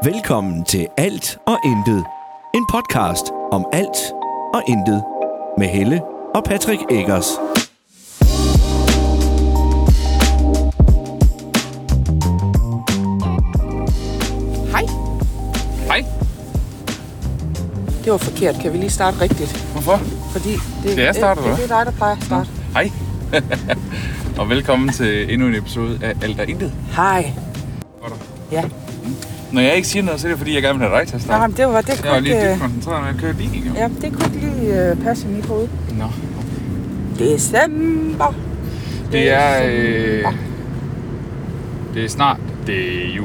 Velkommen til Alt og Intet. En podcast om alt og intet. Med Helle og Patrick Eggers. Hej. Hej. Det var forkert. Kan vi lige starte rigtigt? Hvorfor? Fordi det er jeg starter, eller? Det er dig, der plejer at starte. Hej. Og velkommen til endnu en episode af Alt og Intet. Hej. Ja. Når jeg ikke siger noget, så er det fordi, jeg gerne vil have dig til at starte. Nej, men det var det. Jeg var lige dybt koncentreret, men jeg kørte lige igen. Ja, det kunne lige passe i mit hoved. Nå. December. Det er... det er snart. Det er jul.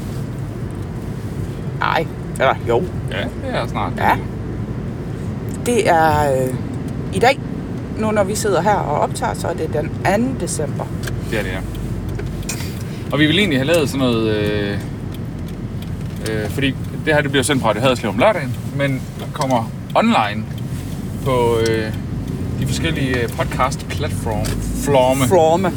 Nej. Eller jo. Ja, det er snart. Ja. Det er i dag, nu når vi sidder her og optager, så er det den 2. december. Det er det, ja. Og vi vil egentlig have lavet sådan noget... fordi det her det bliver sendt fra det Haderslev om lørdagen, men kommer online på de forskellige podcast-platforme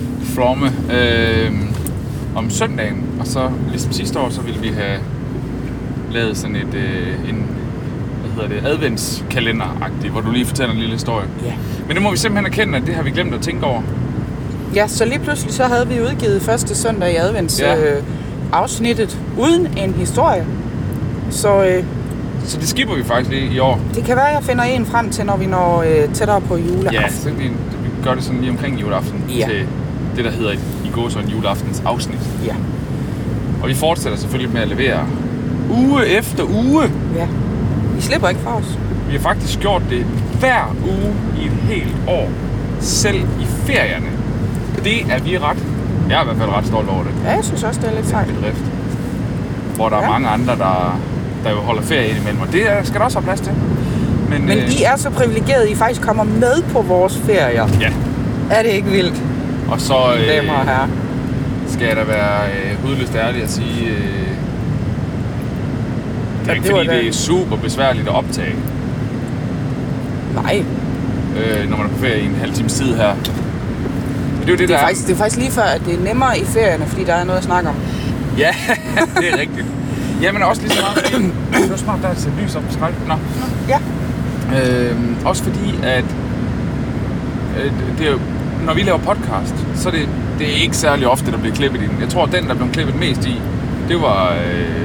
om søndagen. Og så ligesom sidste år, så ville vi have lavet sådan en adventskalender-agtig, hvor du lige fortæller en lille historie. Ja. Men det må vi simpelthen erkende, at det har vi glemt at tænke over. Ja, så lige pludselig så havde vi udgivet første søndag i advents afsnittet uden en historie. Så det skipper vi faktisk lige i år. det kan være, at jeg finder en frem til, når vi når tættere på juleaften. Ja, så vi gør det sådan lige omkring juleaften til det, der hedder i går sådan juleaftens afsnit. Ja. Og vi fortsætter selvfølgelig med at levere uge efter uge. Ja. Vi slipper ikke fra os. Vi har faktisk gjort det hver uge i et helt år. Selv i ferierne. Det er vi jeg er i hvert fald ret stolt over det. Ja, jeg synes også, det er lidt sejt. Bedrift. Hvor der er mange andre, der jo holder ferie indimellem. Og det skal der også have plads til. Men I er så privilegerede, I faktisk kommer med på vores ferier. Ja. Er det ikke vildt? Og så damer og herrer. skal jeg da være hudløst ærlig at sige... det er ikke fordi, det er super besværligt at optage. Nej. Når man er på ferie i en halv times tid her. Men det er faktisk lige før, at det er nemmere i ferierne, fordi der er noget at snakke om. Ja, det er rigtigt. Jamen også lige så meget fordi... Det var smart, der er et lys op på skrald. Nå. Ja. Også fordi, at... det er jo, når vi laver podcast, så det er ikke særlig ofte, der bliver klippet i den. Jeg tror, den, der blev klippet mest i, det var...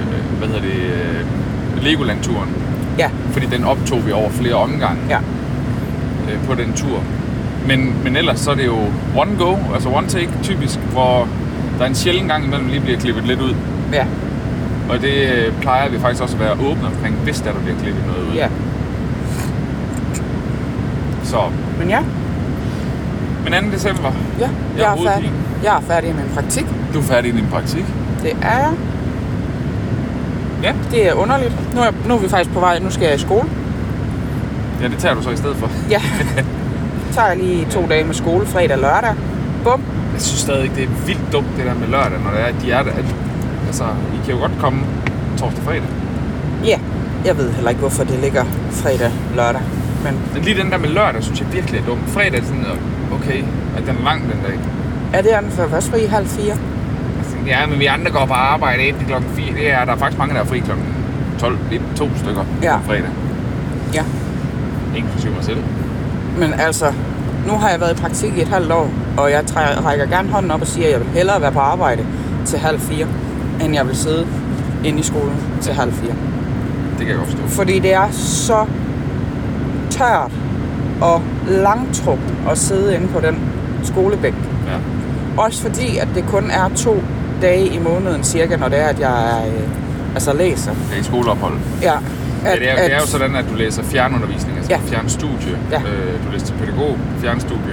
Legoland-turen. Ja. Fordi den optog vi over flere omgange. Ja. På den tur. Men ellers så er det jo one go, altså one take typisk, hvor der er en sjælden gang imellem lige bliver klippet lidt ud. Ja. Og det plejer vi faktisk også at være åbne omkring, hvis der bliver klippet noget ud. Ja. Så. Men ja. Men 2. december. Ja, jeg er færdig. Jeg er færdig med min praktik. Du er færdig i din praktik? Det er jeg. Ja. Det er underligt. Nu er vi faktisk på vej. Nu skal jeg i skole. Ja, det tager du så i stedet for. Ja. Tager jeg lige 2 dage med skole, fredag og lørdag. Bum. Jeg synes stadig, det er vildt dumt, det der med lørdag, når det er, at de er der. Altså, I kan jo godt komme torsdag fredag. Ja. Jeg ved heller ikke, hvorfor det ligger fredag lørdag. Men lige den der med lørdag, synes jeg virkelig er dumt. Fredag er sådan, okay, at den er lang den dag. Ja, det er den først fri 3:30. Ja, men vi andre går på arbejde indtil klokken 4. Det er der er faktisk mange, der er fri klokken 12. Det er 2 stykker på fredag. Ja. Inklusive mig selv. Men altså, nu har jeg været i praktik i et halvt år, og jeg rækker gerne hånden op og siger, at jeg vil hellere være på arbejde til 3:30, end jeg vil sidde inde i skolen til 3:30. Det kan jeg godt forstå. Fordi det er så tørt og langtrukken at sidde inde på den skolebænk. Ja. Også fordi, at det kun er 2 dage i måneden cirka, når det er, at jeg læser. Det er i skoleophold. Ja. Det er jo sådan, at du læser fjernundervisning, altså fjernstudie. Ja. Du læser til pædagog, fjernstudie,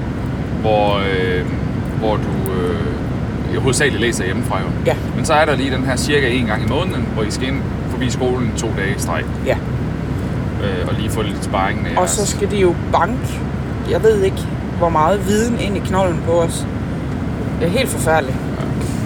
hvor du hovedsageligt læser hjemmefra jo. Ja. Men så er der lige den her cirka 1 gang i måneden, hvor I skal ind forbi skolen 2 dage i streg. Ja. Og lige få lidt sparring med og så skal de jo banke, jeg ved ikke, hvor meget viden ind i knolden på os. Det er helt forfærdeligt. Ja.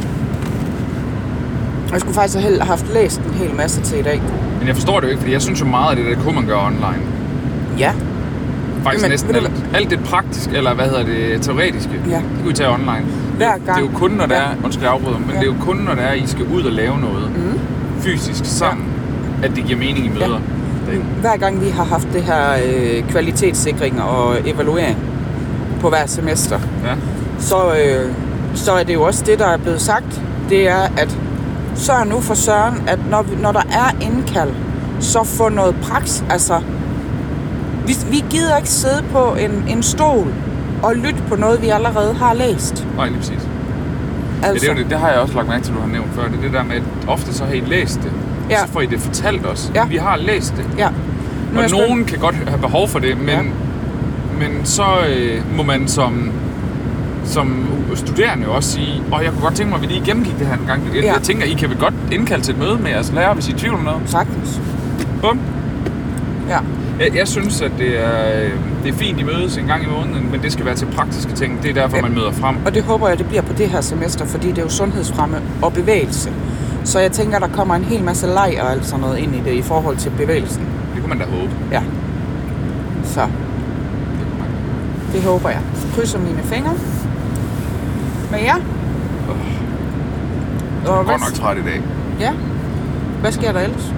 Jeg skulle faktisk have haft læst en hel masse til i dag. Men jeg forstår det jo ikke, fordi jeg synes jo meget af det, der kunne man gøre online. Ja. Faktisk næsten alt det praktiske, eller teoretiske, det kan vi tage online. Hver gang. Det er jo kun, når det er, undskyld afbryder, men det er jo kun, når det er, I skal ud og lave noget. fysisk sammen, at det giver mening i møder. Ja. Hver gang vi har haft det her kvalitetssikring og evaluering på hver semester, så er det jo også det, der er blevet sagt. Det er, at sørg nu for Søren, at når der er indkald, så få noget praksis. Altså, vi gider ikke sidde på en stol og lytte på noget, vi allerede har læst. Nej, lige præcis. Altså. Ja, det har jeg også lagt mærke til, du har nævnt før. Det er det der med, at ofte så har I læst det, og så får I det fortalt os. Ja. Vi har læst det. Ja. Og nogen kan godt have behov for det, men så må man som studerende jo også sige, jeg kunne godt tænke mig, at vi lige gennemgik det her en gang. Jeg tænker, I kan vel godt indkalde til et møde med jeres lærer, hvis I er i tvivl om noget. Sagtens. Bum. Ja. Jeg synes, at det er fint, I mødes en gang i måneden, men det skal være til praktiske ting. Det er derfor, man møder frem. Og det håber jeg, det bliver på det her semester, fordi det er jo sundhedsfremme og bevægelse. Så jeg tænker, der kommer en hel masse leg og alt sådan noget ind i det i forhold til bevægelsen. Det kunne man da håbe. Ja. Så. Det håber jeg. Krydser mine fingre. Men ja. Jeg er godt nok træt i dag. Ja. Hvad sker der ellers?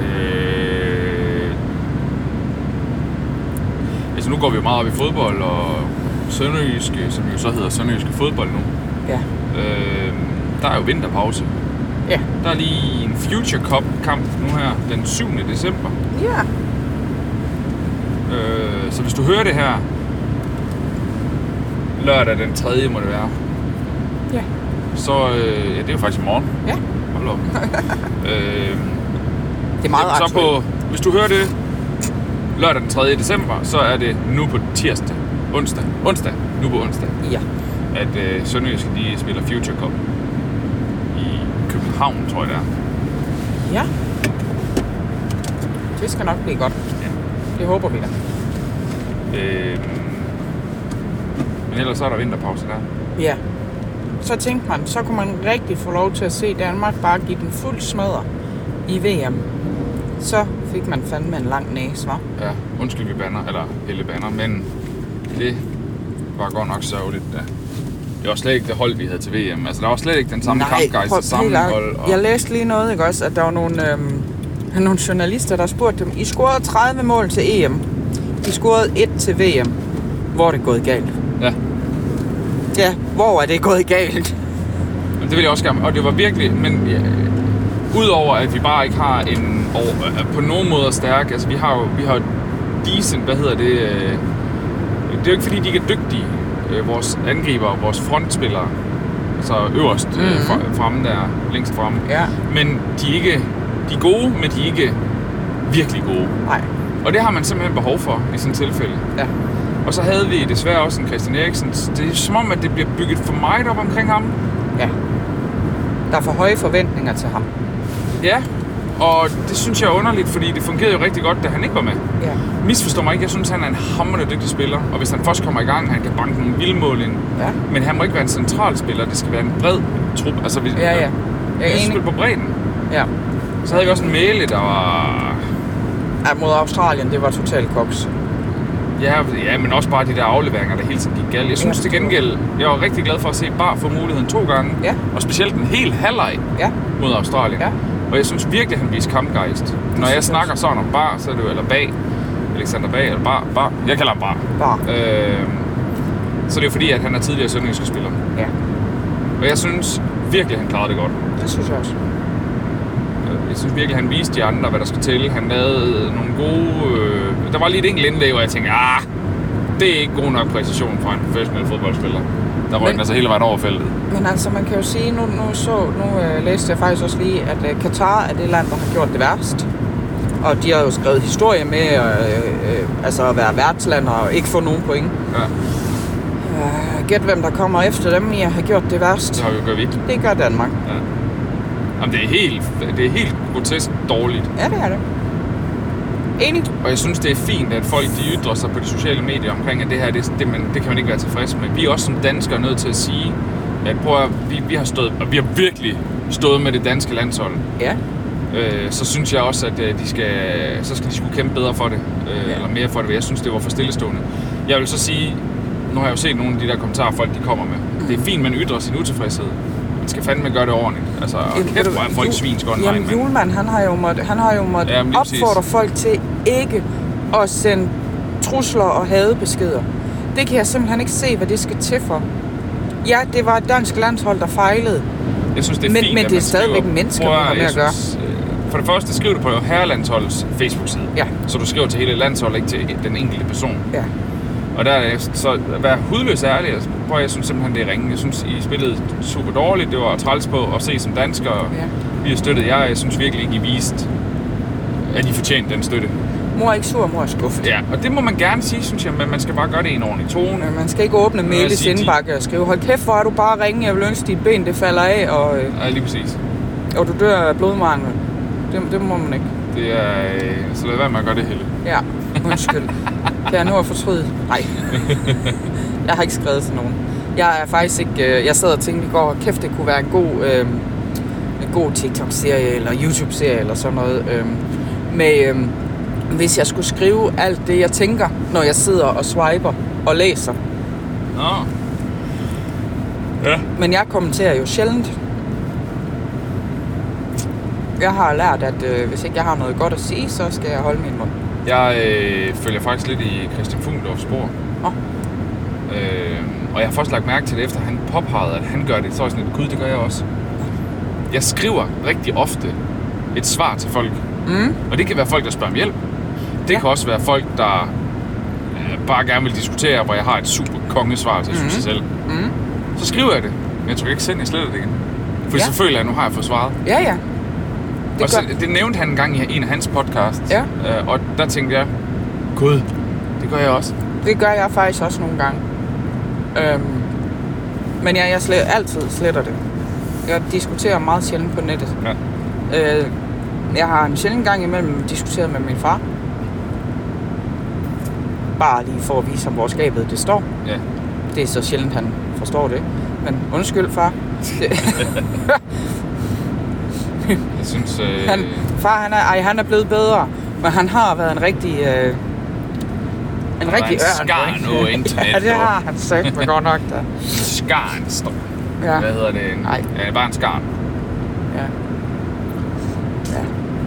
Altså nu går vi jo meget op i fodbold og Sønderjyske, som jo så hedder Sønderjyske fodbold nu. Ja. Der er jo vinterpause. Ja. Der er lige en Future Cup kamp nu her den 7. december. Ja. Så hvis du hører det her lørdag den 3. må det være. Ja. Så det er jo faktisk i morgen. Ja. Hold op. Det er meget aktuelt. Hvis du hører det lørdag den 3. december, så er det nu på onsdag, nu på onsdag, at Sønderjyske de spiller Future Cup i København, tror jeg det er. Ja. Det skal nok blive godt. Ja. Det håber vi da. Men ellers så er der vinterpause der. Ja. Så tænkte man, så kunne man rigtig få lov til at se Danmark bare give den fuld smadre i VM. Så fik man fandme en lang næse, hva'? Ja, undskyld vi banner, eller Helle banner, men det var godt nok sørgeligt, da. Det var slet ikke det hold, vi havde til VM. Altså, der var slet ikke den samme kampgejst og sammenhold. Og... Jeg læste lige noget, ikke også, at der var nogle journalister, der spurgte dem, I scorede 30 mål til EM. De scorede 1 til VM. Hvor er det gået galt? Ja. Ja, hvor er det gået galt? Men det vil jeg også gerne, og det var virkelig, men ja, udover at vi bare ikke har på nogen måde stærk, altså vi har decent, det er jo ikke fordi de ikke er dygtige, vores angriber, vores frontspillere, altså øverst fremme der, længst fremme. Ja. Men de er gode, men de er ikke virkelig gode. Nej. Og det har man simpelthen behov for i sådan et tilfælde. Ja. Og så havde vi desværre også en Christian Eriksen. Det er som om, at det bliver bygget for meget op omkring ham. Ja. Der er for høje forventninger til ham. Ja, og det synes jeg er underligt, fordi det fungerede jo rigtig godt, da han ikke var med. Ja. Misforstår mig ikke, jeg synes, han er en hamrende dygtig spiller. Og hvis han først kommer i gang, han kan banke nogle vilde mål ind. Ja. Men han må ikke være en central spiller, det skal være en bred trup. Altså, jeg spille på bredden. Ja. Så havde vi også en Mæle, der var... Ja, mod Australien, det var totalt koks. Ja, men også bare de der afleveringer, der hele tiden gik galt. Jeg synes til gengæld, jeg var rigtig glad for at se Bar få muligheden 2 gange. Ja. Og specielt en hel halvleg mod Australien. Ja. Og jeg synes virkelig, han viste kampgejst. Når jeg snakker sådan om Bar, så er det jo, eller Bag, Alexander Bag, eller Bar. Jeg kalder ham Bar. Så det er jo fordi, at han er tidligere sønderjyske spiller. Ja. Og jeg synes virkelig, han klarede det godt. Det synes jeg også. Jeg synes virkelig, han viste de andre, hvad der skulle til. Han lavede nogle gode... Der var lige et enkelt indlæg, hvor jeg tænkte, det er ikke god nok præcision for en professionel fodboldspiller. Der var altså hele vejen over feltet. Men altså, man kan jo sige, nu læste jeg faktisk også lige, at Katar er det land, der har gjort det værst. Og de har jo skrevet historie med at være værtsland og ikke få nogen point. Ja. Gæt hvem der kommer efter dem i at have gjort det værst. Det gør vi ikke. Det gør Danmark. Ja. Jamen, det er helt grotesk dårligt. Ja, det er det. Enig. Og jeg synes, det er fint, at folk de ytrer sig på de sociale medier omkring, at det her, det kan man ikke være tilfreds med. Vi er også som danskere nødt til at sige, at vi har stået, og vi har virkelig stået med det danske landshold. Ja. Så synes jeg også, at de skal skulle kæmpe bedre for det, eller mere for det. Jeg synes, det var for stillestående. Jeg vil så sige, nu har jeg jo set nogle af de der kommentarer, folk de kommer med. Det er fint, man ytrer sin utilfredshed. han skal fandme gøre det ordentligt. Altså, kæft, hvor er folk svinsk online. Jamen, Julemand, han har jo måttet opfordre folk til ikke at sende trusler og hadebeskeder. Det kan jeg simpelthen ikke se, hvad det skal til for. Ja, det var et dansk landshold, der fejlede. Jeg synes, det er fint, men det er stadigvæk mennesker, vi har med at gøre. For det første, skriv du på herrelandsholdets Facebook-side. Ja. Så du skriver til hele landsholdet, ikke til den enkelte person. Ja. Og der er så vær hudløs ærlig. Jeg synes simpelthen, det er ringe. Jeg synes, I spillede super dårligt. Det var træls på at se som danskere. Ja. Vi har støttet jer. Jeg synes virkelig ikke, I viste, at I fortjente den støtte. Mor er ikke sur, mor er skuffet. Ja, og det må man gerne sige, synes jeg, men man skal bare gøre det i en ordentlig tone. Ja, man skal ikke åbne Meles indbakke og skrive, hold kæft, hvor er du bare ringe, jeg vil ønske, dit ben det falder af, og, ja, lige præcis. Og du dør af blodmangel. Det må man ikke. Det er... Så lad være med at gøre det, Helle. Ja, undskyld. Kan jeg nu have fortrydet? Nej. Jeg har ikke skrevet til nogen. Jeg er faktisk ikke... Jeg sad og tænkte i går, kæft, det kunne være en god TikTok-serie, eller YouTube-serie, eller sådan noget. Hvis jeg skulle skrive alt det, jeg tænker, når jeg sidder og swiper og læser. Nå. Ja. Men jeg kommenterer jo sjældent. Jeg har lært, at hvis ikke jeg har noget godt at sige, så skal jeg holde min mund. Jeg følger faktisk lidt i Christian Fuglendorffs spor. Og jeg har først lagt mærke til det, efter han påpegede, at han gør det. Så er jeg sådan lidt, gud, det gør jeg også. Jeg skriver rigtig ofte et svar til folk. Og det kan være folk, der spørger om hjælp. Det kan også være folk, der bare gerne vil diskutere, hvor jeg har et super kongesvar til sig selv. Så skriver jeg det. Men jeg tror ikke selv, jeg sletter det igen. For så føler jeg, at nu har jeg fået svaret. Ja, ja. Og så, det nævnte han en gang i en af hans podcasts. Ja. Og der tænkte jeg, gud, det gør jeg også. Det gør jeg faktisk også nogle gange. Men jeg altid sletter det. Jeg diskuterer meget sjældent på nettet. Ja. Jeg har en sjældent gang imellem diskuteret med min far. Bare lige for at vise ham, hvor skabet det står. Ja. Det er så sjældent, han forstår det. Men undskyld, far. Jeg synes... Far, han er blevet bedre. Men han har været en rigtig... en rigtig ørn. Skar nu internet. Ja, det har han sagt, men godt nok da. Skarn står. Ja. Hvad hedder det? Nej. Ja, bare en skarn. Ja. Ja,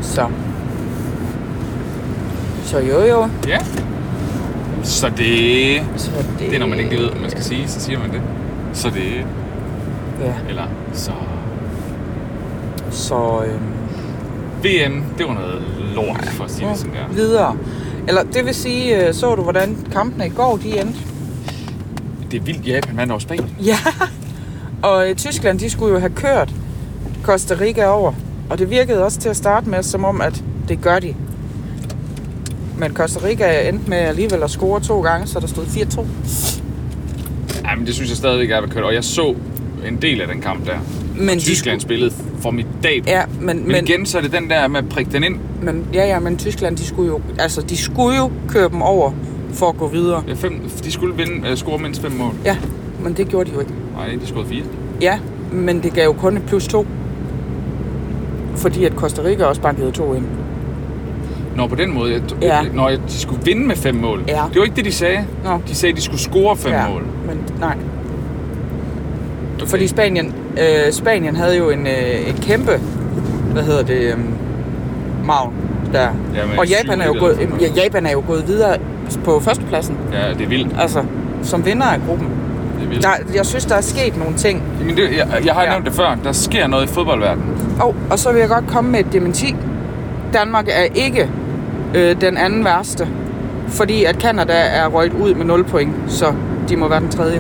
så jo. Ja. Så det er, når man ikke ved, hvad man skal sige, så siger man det. Så det. Ja. Eller så. VM, det var noget lort, for at sige det sådan der. Videre. Eller det vil sige, så du, hvordan kampene i går, de endte? Det er vildt, Japan vandt over Spanien. Ja, og Tyskland, de skulle jo have kørt Costa Rica over. Og det virkede også til at starte med, som om, at det gør de. Men Costa Rica endte med alligevel at score 2 gange, så der stod 4-2. Jamen, det synes jeg stadigvæk er kørt. Og jeg så en del af den kamp der. Men Tyskland spillede formidabelt. Ja, men igen, så er det den der med at prikke den ind. Men Tyskland, de skulle jo køre dem over for at gå videre. Ja, de skulle score mindst 5 mål. Ja, men det gjorde de jo ikke. Nej, de scorede 4. Ja, men det gav jo kun et +2. Fordi at Costa Rica også bankede 2 ind. Nå, på den måde. Når de skulle vinde med 5 mål. Ja. Det var ikke det, de sagde. Nå. De sagde, at de skulle score 5 mål. Men nej. Okay. Fordi Spanien havde jo en kæmpe, margin der. Ja, og Japan er jo gået videre på førstepladsen. Ja, det er vildt. Altså, som vinder af gruppen. Det er vildt. Jeg synes, der er sket nogle ting. Jamen, jeg har nævnt det før. Der sker noget i fodboldverdenen. Og så vil jeg godt komme med et dementi. Danmark er ikke den anden værste. Fordi at Canada er røget ud med 0 point. Så de må være den 3.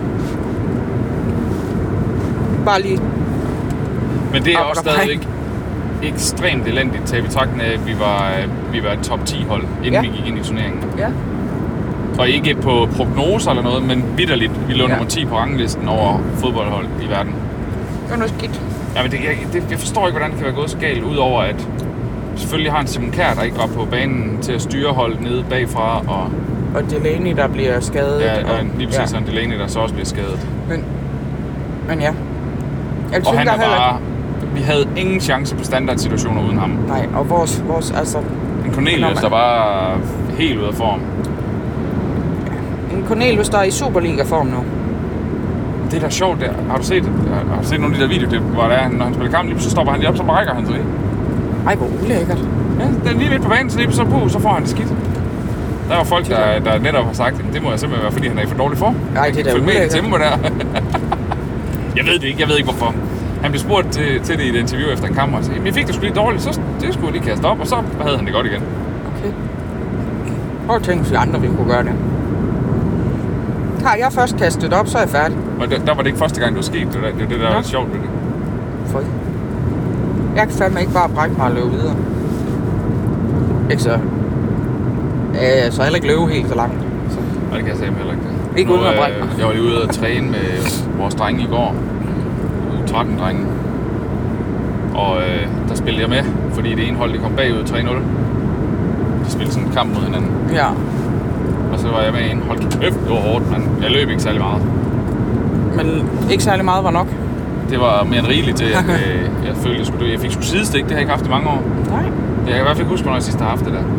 Bare lige. Men det er også stadigvæk ekstremt elendigt til betragtning af, at vi var et top 10 hold, inden vi gik ind i turneringen. Ja. Og ikke på prognoser eller noget, men vitterligt. Vi lå nummer 10 på ranglisten over fodboldhold i verden. Det var noget skidt. Ja, men jeg forstår ikke, hvordan det kan være gået så galt, udover at selvfølgelig har en Simon Kjær, der ikke var på banen til at styre holdet nede bagfra. Og Delaney, der bliver skadet. Ja, og lige præcis en Delaney, der så også bliver skadet. Men ja. Og han er bare... Vi havde ingen chance på standardsituationer uden ham. Nej, og vores altså... En Cornelius, der var helt ude af form. En Cornelius, der er i Superliga-form nu. Det er da sjovt der. Har du set nogle af de der videoer, hvor der er, når han spiller kamp, lige så stopper han lige op, så brækker han sig ikke? Ej, hvor ulækkert. Ja, den er lige midt på banen, så lige så får han det skidt. Der var folk, der netop har sagt, at det må simpelthen være, fordi han er i for dårlig form. Nej, det er da ulækkert. ulækkert. Tempo der. Jeg ved ikke hvorfor. Han blev spurgt til det i et interview efter en kamp, og sagde, jeg fik det sgu lige dårligt, så det skulle jeg lige kaste op, og så havde han det godt igen. Okay. Prøv at tænke, hvis vi andre ville kunne gøre det. Har jeg først kastet op, så er jeg færdig. Og der var det ikke første gang, det var sket. Det er det, der er lidt sjovt ved det. Føj. Jeg kan fandme ikke bare brække mig og løbe videre. Ikke så... så heller ikke løbe helt så langt. Så. Nej, det kan jeg sige heller ikke. Ikke uden at brække mig. Jeg var lige ude at træne med vores drenge i går. 13-drenge. Og der spillede jeg med, fordi det ene hold, det kom bagud 3-0. De spillede sådan en kamp mod hinanden. Ja. Og så var jeg med en. Hold kæft, det var hårdt, men jeg løb ikke særlig meget. Men ikke særlig meget var nok? Det var mere end rigeligt til, at jeg følte, jeg skulle dø. Jeg fik sgu sidestik, det har jeg ikke haft i mange år. Nej. Jeg kan i hvert fald ikke huske, hvornår jeg sidst har haft det der.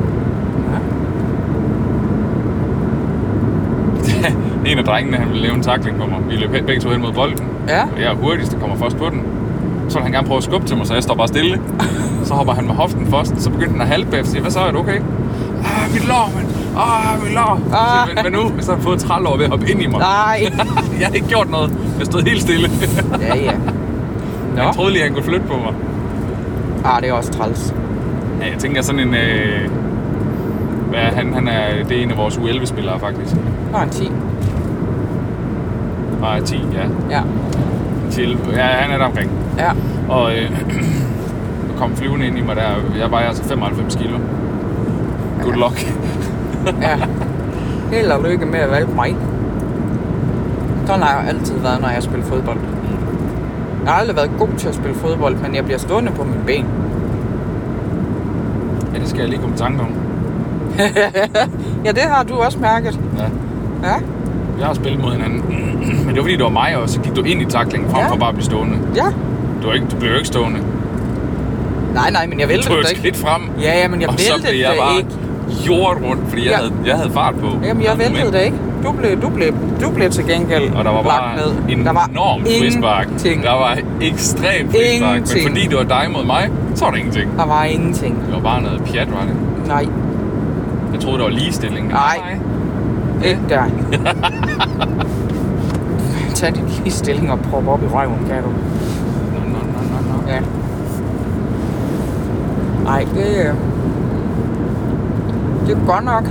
Ja. En af drengene, han ville lave en tackling på mig. Vi løb begge to hen mod bolden. Ja. Og jeg er hurtigst, der kommer først på den. Så vil han gerne prøve at skubbe til mig, så jeg står bare stille. Så hopper han med hoften først, så begyndte han at halpe bagefter. Hvad så er det okay? Mit lår, mand! Mit lår! Men nu, hvis han har fået 30 år ved at hoppe ind i mig. Nej. Jeg har ikke gjort noget. Jeg stod helt stille. Ja. Jeg troede lige, han kunne flytte på mig. Det er også træls. Ja, jeg tænker sådan en... det er en af vores U11-spillere, faktisk. En 10. Nej, 10, ja. Ja. Til, ja, han er der omkring. Ja. Og kom flyvende ind i mig der. Jeg vejer altså 95 kilo. Good luck. Ja. Held og lykke med at valge mig. Sådan har jeg altid været, når jeg spiller fodbold. Jeg har aldrig været god til at spille fodbold, men jeg bliver stående på mine ben. Ja, det skal jeg lige komme i tanke om. Ja, det har du også mærket. Ja. Jeg har spillet mod hinanden. Men det var fordi, det var mig, og så gik du ind i tacklingen frem for bare at blive stående. Ja. Du blev jo ikke stående. Nej, men jeg væltede det ikke. Du tog et skridt frem, Ja, men jeg væltede det ikke. Og så blev jeg bare jordet rundt, fordi jeg havde fart på. Jamen, jeg væltede det ikke. Du blev til gengæld. Og der var bare en enorm frispark. Der var ekstremt frispark. Men fordi det var dig mod mig, så var der ingenting. Der var ingenting. Det var bare noget pjat, var det? Nej. Jeg troede, det var ligestilling. Nej. Ikke der. Tag din ligestilling og prop op i røven, kan du? Nå. Ja. Nej, det er godt nok.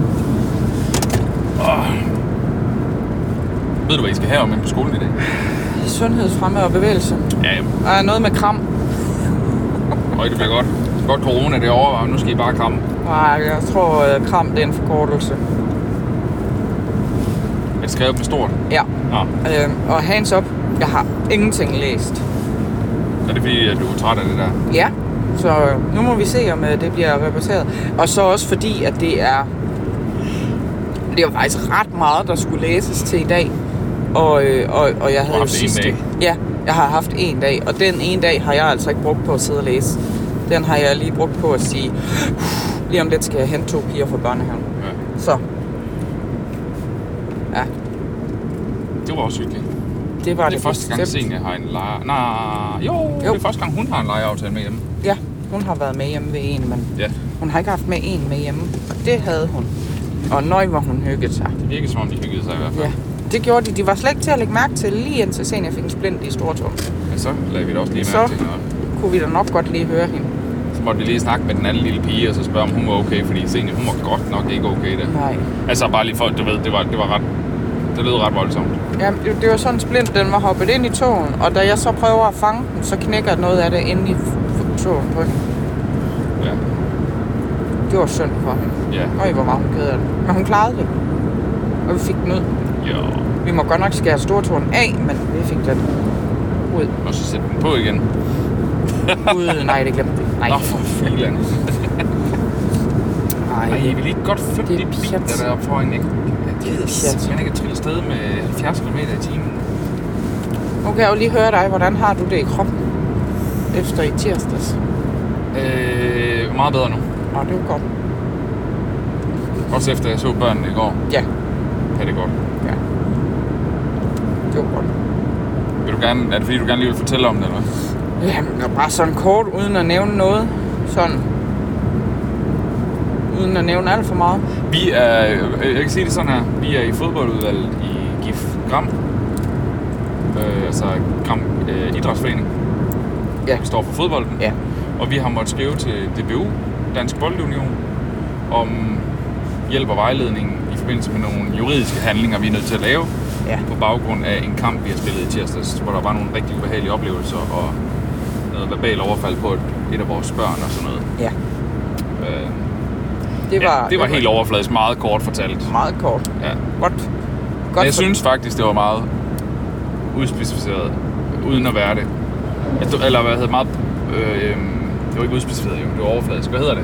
Ved du, hvad I skal have om på skolen i dag? Sundhedsfremme og bevægelse. Ja. Og noget med kram. Det bliver godt. Godt corona det over, og nu skal I bare kramme. Nej, jeg tror, kram det er en forkortelse. Er det skrevet med stort? Ja. Og hands up, jeg har ingenting læst. Er det fordi, at du er træt af det der? Ja, så nu må vi se, om det bliver rapporteret. Og så også fordi, at det er faktisk ret meget, der skulle læses til i dag. Og jeg havde jo sidste... Ja, jeg har haft en dag, og den ene dag har jeg altså ikke brugt på at sidde og læse. Den har jeg lige brugt på at sige, lige om lidt skal jeg hente 2 piger fra børnehaven. Ja. Så. Ja. Det var også hyggeligt. Det var det første gang, Senior har en leje... Jo, det er første gang, hun har en lejeaftale med hjemme. Ja, hun har været med hjemme ved en, men hun har ikke haft med en med hjemme. Og det havde hun. Og nøj, hvor hun hyggede sig. Det virkede som om, de hyggede sig i hvert fald. Ja, det gjorde de. De var slet ikke til at lægge mærke til, lige indtil Senior fik en splint i stortåen. Ja, så lavede vi da også lige mærke til noget. Så kunne vi da nok godt lige høre hende. Så måtte vi lige snakke med den anden lille pige, og så spørge, om hun var okay, fordi Senior, hun var godt nok ikke okay der. Nej. Altså bare lige for, du ved, det var ret... Det lød ret voldsomt. Ja, det var sådan en splint, den var hoppet ind i tåen, og da jeg så prøver at fange den, så knækker noget af det inde i tåen på hende. Ja. Det var synd for hende. Ja. Øj, hvor var hun ked af det. Men hun klarede det. Og vi fik den ud. Ja. Vi må godt nok skære stortåen af, men vi fik den ud. Og så sætte den på igen. Ud, nej, det glemte vi. Nej. Nå, for filan. Ej, jeg vil ikke godt flytte de biler deroppe foran, ikke? Jeg kan ikke trille afsted med 70 km i timen. Nu kan jeg jo lige høre dig, hvordan har du det i kroppen efter i tirsdags? Meget bedre nu. Nå, det er godt. Også efter jeg så børnene i går. Ja. Ja, det er godt. Ja. Det var godt. Er det fordi, du gerne lige vil fortælle om det, eller? Jamen, det var bare sådan kort, uden at nævne noget. Sådan. Uden at nævne alt for meget. Vi er, jeg kan sige det sådan her, vi er i fodboldudvalget i GIF Gram. Altså Gram Idrætsforening. Ja. Vi står for fodbolden. Ja. Og vi har måttet skrive til DBU, Dansk Boldunion, om hjælp og vejledning i forbindelse med nogle juridiske handlinger, vi er nødt til at lave. Ja. På baggrund af en kamp, vi har spillet i tirsdags, hvor der var nogle rigtig ubehagelige oplevelser og noget verbal overfald på et af vores børn og sådan noget. Ja. Det var helt overfladisk, meget kort fortalt. Meget kort. Ja. Godt. Men jeg synes faktisk, det var meget udspecificeret, uden at være det. Eller hvad hedder meget... det var ikke udspecificeret, jo. Det var overfladisk. Hvad hedder det?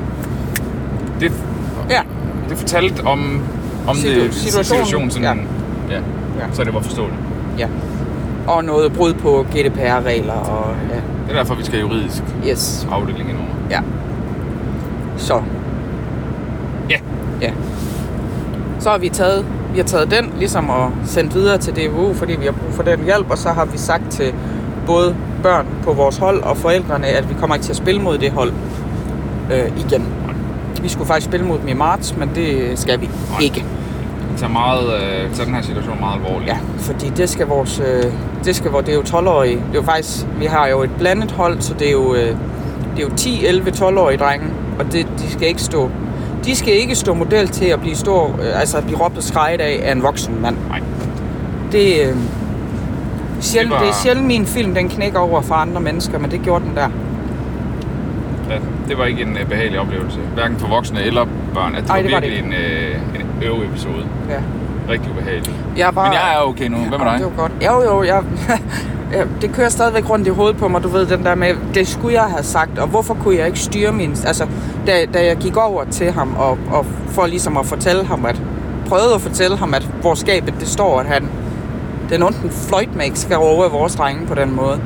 Det fortalte om situationen sådan... Ja. Så det var forståeligt. Ja. Og noget brud på GDPR-regler og... Ja. Det er derfor, vi skal have juridisk afdeling indover. Ja. Så. Ja. Så har vi taget den ligesom og sendt videre til DBU, fordi vi har brug for den hjælp, og så har vi sagt til både børn på vores hold og forældrene, at vi kommer ikke til at spille mod det hold igen. Vi skulle faktisk spille mod dem i marts, men det skal vi ikke. Vi tager den her situation meget alvorligt. Ja, fordi det er jo 12-årige. Det er jo faktisk, vi har jo et blandet hold, så det er jo 10, 11, 12-årige drenge, og de skal ikke stå model til at blive blive råbt og skreget af en voksen mand. Nej. Det er sjældent min film, den knækker over for andre mennesker, men det gjorde den der. Ja, det var ikke en behagelig oplevelse, hverken for voksne eller børn. Det var virkelig en øve-episode. Ja. Rigtig ubehageligt. Men jeg er okay nu. Hvad med dig? Det var godt. Det kører stadigvæk rundt i hovedet på mig, du ved, den der med, det skulle jeg have sagt, og hvorfor kunne jeg ikke styre min... Altså, da jeg gik over til ham, og for ligesom at fortælle ham, prøvede at fortælle ham, at hvor skabet det står, at den onden fløjtmæk skal over vores drenge på den måde,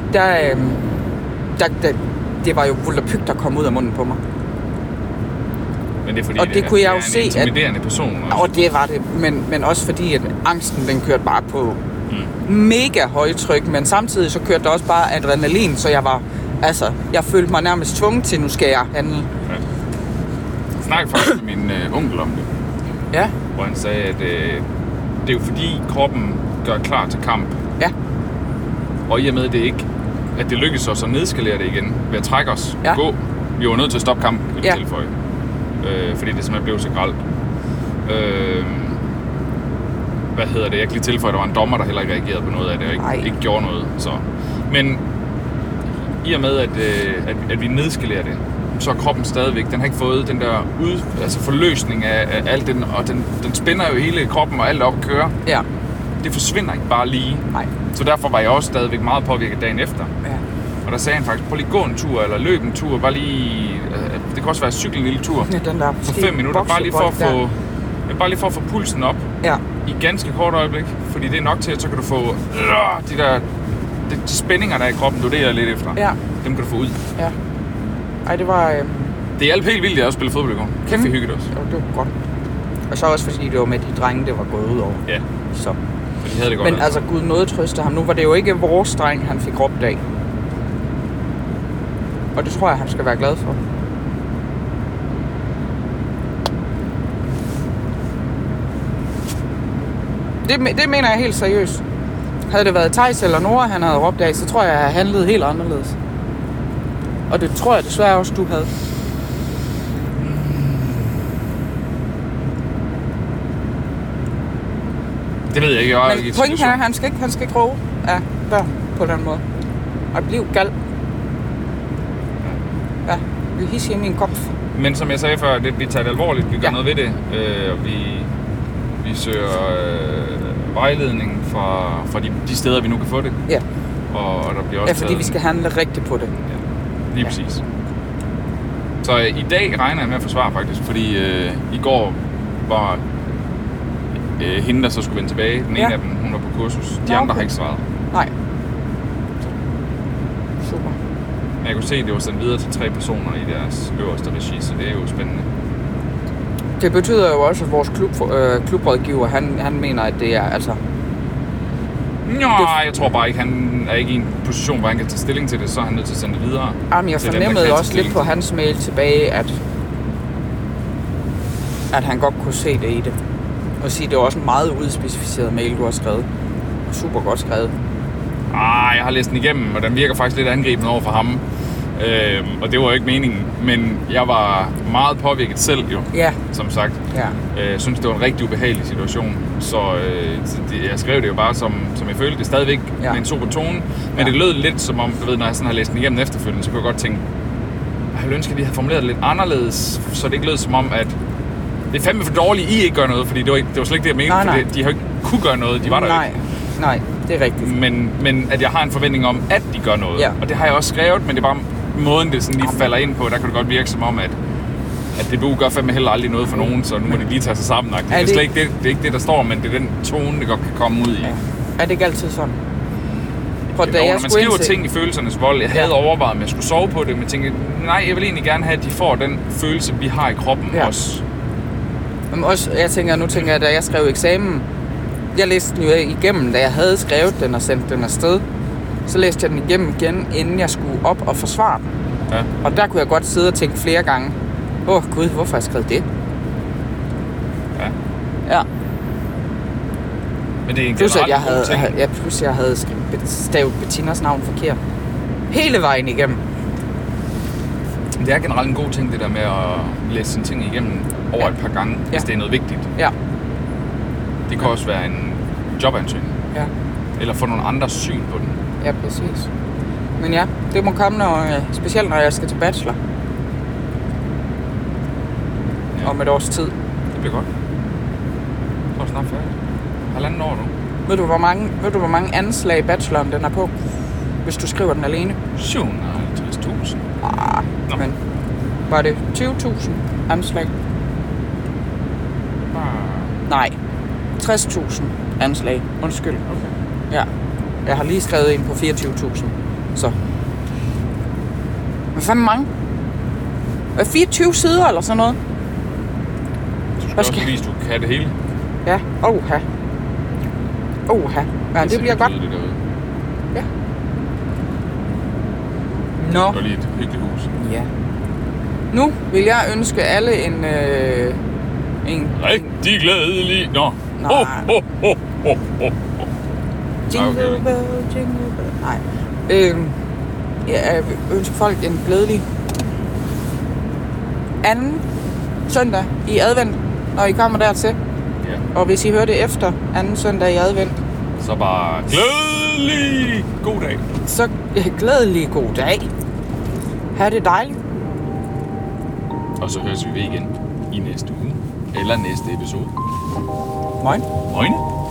det var jo vulderpyg, der kom ud af munden på mig. Men det er fordi, og det kunne jeg jo se, en intimiderende person også. Og det var det, men også fordi, at angsten, den kørte bare på mega højtryk, men samtidig så kørte der også bare adrenalin, så jeg følte mig nærmest tvunget til, nu skal jeg handle. Ja. Jeg snakkede faktisk med min onkel om det. Ja. Hvor han sagde, at det er jo fordi kroppen gør klar til kamp. Ja. Og i og med at det lykkedes os at nedskalere det igen ved at trække os, gå. Vi var nødt til at stoppe kampen, vil jeg tilføje. Fordi det simpelthen blev så grelt. Jeg kan lige tilføje, at der var en dommer, der heller ikke reagerede på noget af det, og ikke gjorde noget. Så. Men i og med, at vi nedskalerer det, så er kroppen stadigvæk, den har ikke fået den der forløsning af alt den, og den spænder jo hele kroppen og alt op at køre. Ja. Det forsvinder ikke bare lige. Nej. Så derfor var jeg også stadigvæk meget påvirket dagen efter. Ja. Og der sagde han faktisk, prøv lige gå en tur, eller løb en tur, bare lige, det kan også være cykle en lille tur, den der for 5 minutter, bare lige for at få pulsen op i ganske kort øjeblik, fordi det er nok til, at så kan du få de spændinger, der er i kroppen, du det er lidt efter, dem kan du få ud. Ja. Ej, det var... Det hjalp helt vildt, at jeg også spillede fodbold i går. Kæmpe hygget også. Jo, det var godt. Og så også fordi det var med de drenge, det var gået ud over. Ja. Så. De havde det godt. Men altså, Gud nåede trøste ham. Nu var det jo ikke vores dreng, han fik råbt af. Og det tror jeg, han skal være glad for. Det mener jeg helt seriøst. Havde det været Theis eller Nora, han havde råbt af, så tror jeg, at jeg havde handlet helt anderledes. Og det tror jeg desværre også, du havde. Det ved jeg ikke. Men pointen er, at han skal ikke råbe af børn på den måde. Og blive gal. Ja, vi hisser i min kop. Men som jeg sagde før, vi tager det alvorligt. Vi gør noget ved det. Vi søger vejledning fra de steder, vi nu kan få det. Ja. Og der bliver også fordi vi skal handle rigtigt på det. Ja, lige præcis. Så i dag regner jeg med at forsvare faktisk, fordi i går var hende, der så skulle vende tilbage. Den ene af dem, hun var på kursus. De andre har ikke svaret. Nej. Super. Men jeg kunne se, at det var sendt videre til 3 personer i deres øverste regi, så det er jo spændende. Det betyder jo også, at vores klubrådgiver, han mener, at det er altså... Nej, jeg tror bare ikke, han er ikke i en position, hvor han kan tage stilling til det, så er han nødt til at sende det videre. Jamen, jeg fornemmede også lidt på hans mail tilbage, at han godt kunne se det i det. Og sige, det var også en meget udspecificeret mail, du har skrevet. Super godt skrevet. Jeg har læst den igennem, og den virker faktisk lidt angribende over for ham. Og det var jo ikke meningen, men jeg var meget påvirket selv jo, som sagt. Ja. Jeg synes, det var en rigtig ubehagelig situation, så jeg skrev det jo bare, som jeg følte det stadigvæk med en super tone, men det lød lidt som om, du ved, når jeg sådan har læst den igennem efterfølgende, så kunne jeg godt tænke, jeg ville ønske, at de havde formuleret det lidt anderledes, så det ikke lød som om, at det er fandme for dårligt, I ikke gør noget, fordi det var slet ikke det, jeg mente, for de har ikke kunne gøre noget, de var der ikke. Nej, det er rigtigt. Men at jeg har en forventning om, at de gør noget, og det har jeg også skrevet, men det er bare måden, det sådan lige falder ind på, der kan det godt virke som om, at DBU gør fandme heller aldrig noget for nogen, så nu må de lige tage sig sammen. Det er slet ikke det, det er ikke det, der står, men det er den tone, det godt kan komme ud i. Ja. Er det ikke altid sådan? Når man skriver ting i følelsernes vold, jeg havde overvejet, om jeg skulle sove på det, men jeg tænkte, nej, jeg vil egentlig gerne have, at de får den følelse, vi har i kroppen også. Men også, nu tænker jeg, da jeg skrev eksamen, jeg læste den jo igennem, da jeg havde skrevet den og sendt den afsted. Så læste jeg den igennem igen, inden jeg skulle op og forsvare den. Ja. Og der kunne jeg godt sidde og tænke flere gange, gud, hvorfor har jeg skrevet det? Ja. Men det er en plus, at jeg havde stavet Bettinas navn forkert. Hele vejen igennem. Det er generelt en god ting, det der med at læse sine ting igennem over et par gange, hvis det er noget vigtigt. Ja. Det kan også være en jobansøgning. Ja. Eller få nogle andre syn på den. Ja, præcis. Men ja, det må komme, specielt når jeg skal til bachelor. Ja. Om et års tid. Det bliver godt. Så er snart færdigt. 1,5 år nu. Ved du, hvor mange anslag bacheloren den er på? Hvis du skriver den alene? 750.000. Men var det 20.000 anslag? Nej. 60.000 anslag. Undskyld. Okay. Ja. Jeg har lige skrevet en på 24.000. Så. Hvad fanden mange? 24 sider eller sådan noget? Du skal også vise, du kan det hele. Ja. Ja, det bliver godt. Ja. Nå. Det var lige et hyggeligt hus. Ja. Nu vil jeg ønske alle en rigtig glædelig. Nå. Nej. Jingle bell, jingle bell. Nej. Jeg ønsker folk en glædelig anden søndag i advent, når I kommer dertil. Ja. Og hvis I hører det efter anden søndag i advent, så bare glædelig god dag. Så glædelig god dag. Ha' det dejligt. Og så høres vi igen i næste uge. Eller næste episode. Moin. Moin.